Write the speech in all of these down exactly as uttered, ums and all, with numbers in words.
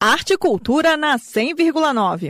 Arte e Cultura na cem vírgula nove.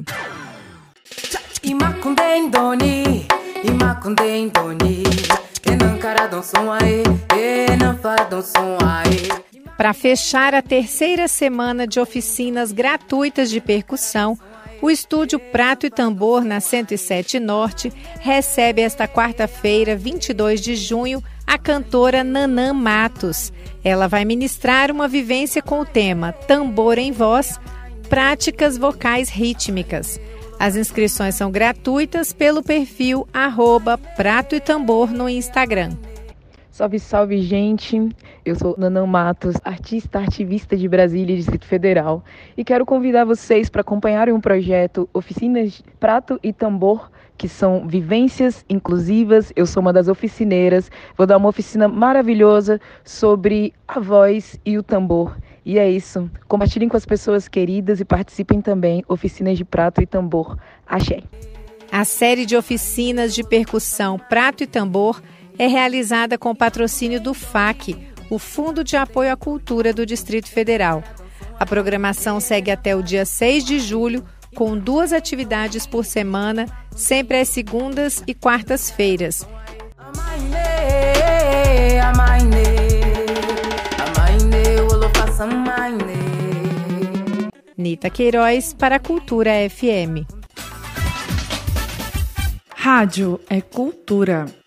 Para fechar a terceira semana de oficinas gratuitas de percussão, o Estúdio Prato e Tambor, na cento e sete Norte, recebe esta quarta-feira, vinte e dois de junho, a cantora Nanã Matos. Ela vai ministrar uma vivência com o tema Tambor em Voz, Práticas Vocais Rítmicas. As inscrições são gratuitas pelo perfil arroba Prato e Tambor no Instagram. Salve, salve, gente! Eu sou Nanã Matos, artista ativista de Brasília e Distrito Federal, e quero convidar vocês para acompanharem um projeto Oficinas Prato e Tambor, que são vivências inclusivas. Eu sou uma das oficineiras, vou dar uma oficina maravilhosa sobre a voz e o tambor. E é isso, compartilhem com as pessoas queridas e participem também, Oficinas de Prato e Tambor. Axé! A série de oficinas de percussão Prato e Tambor é realizada com patrocínio do F A C, o Fundo de Apoio à Cultura do Distrito Federal. A programação segue até o dia seis de julho, com duas atividades por semana, sempre às segundas e quartas-feiras. Nita Queiroz para a Cultura F M. Rádio é cultura.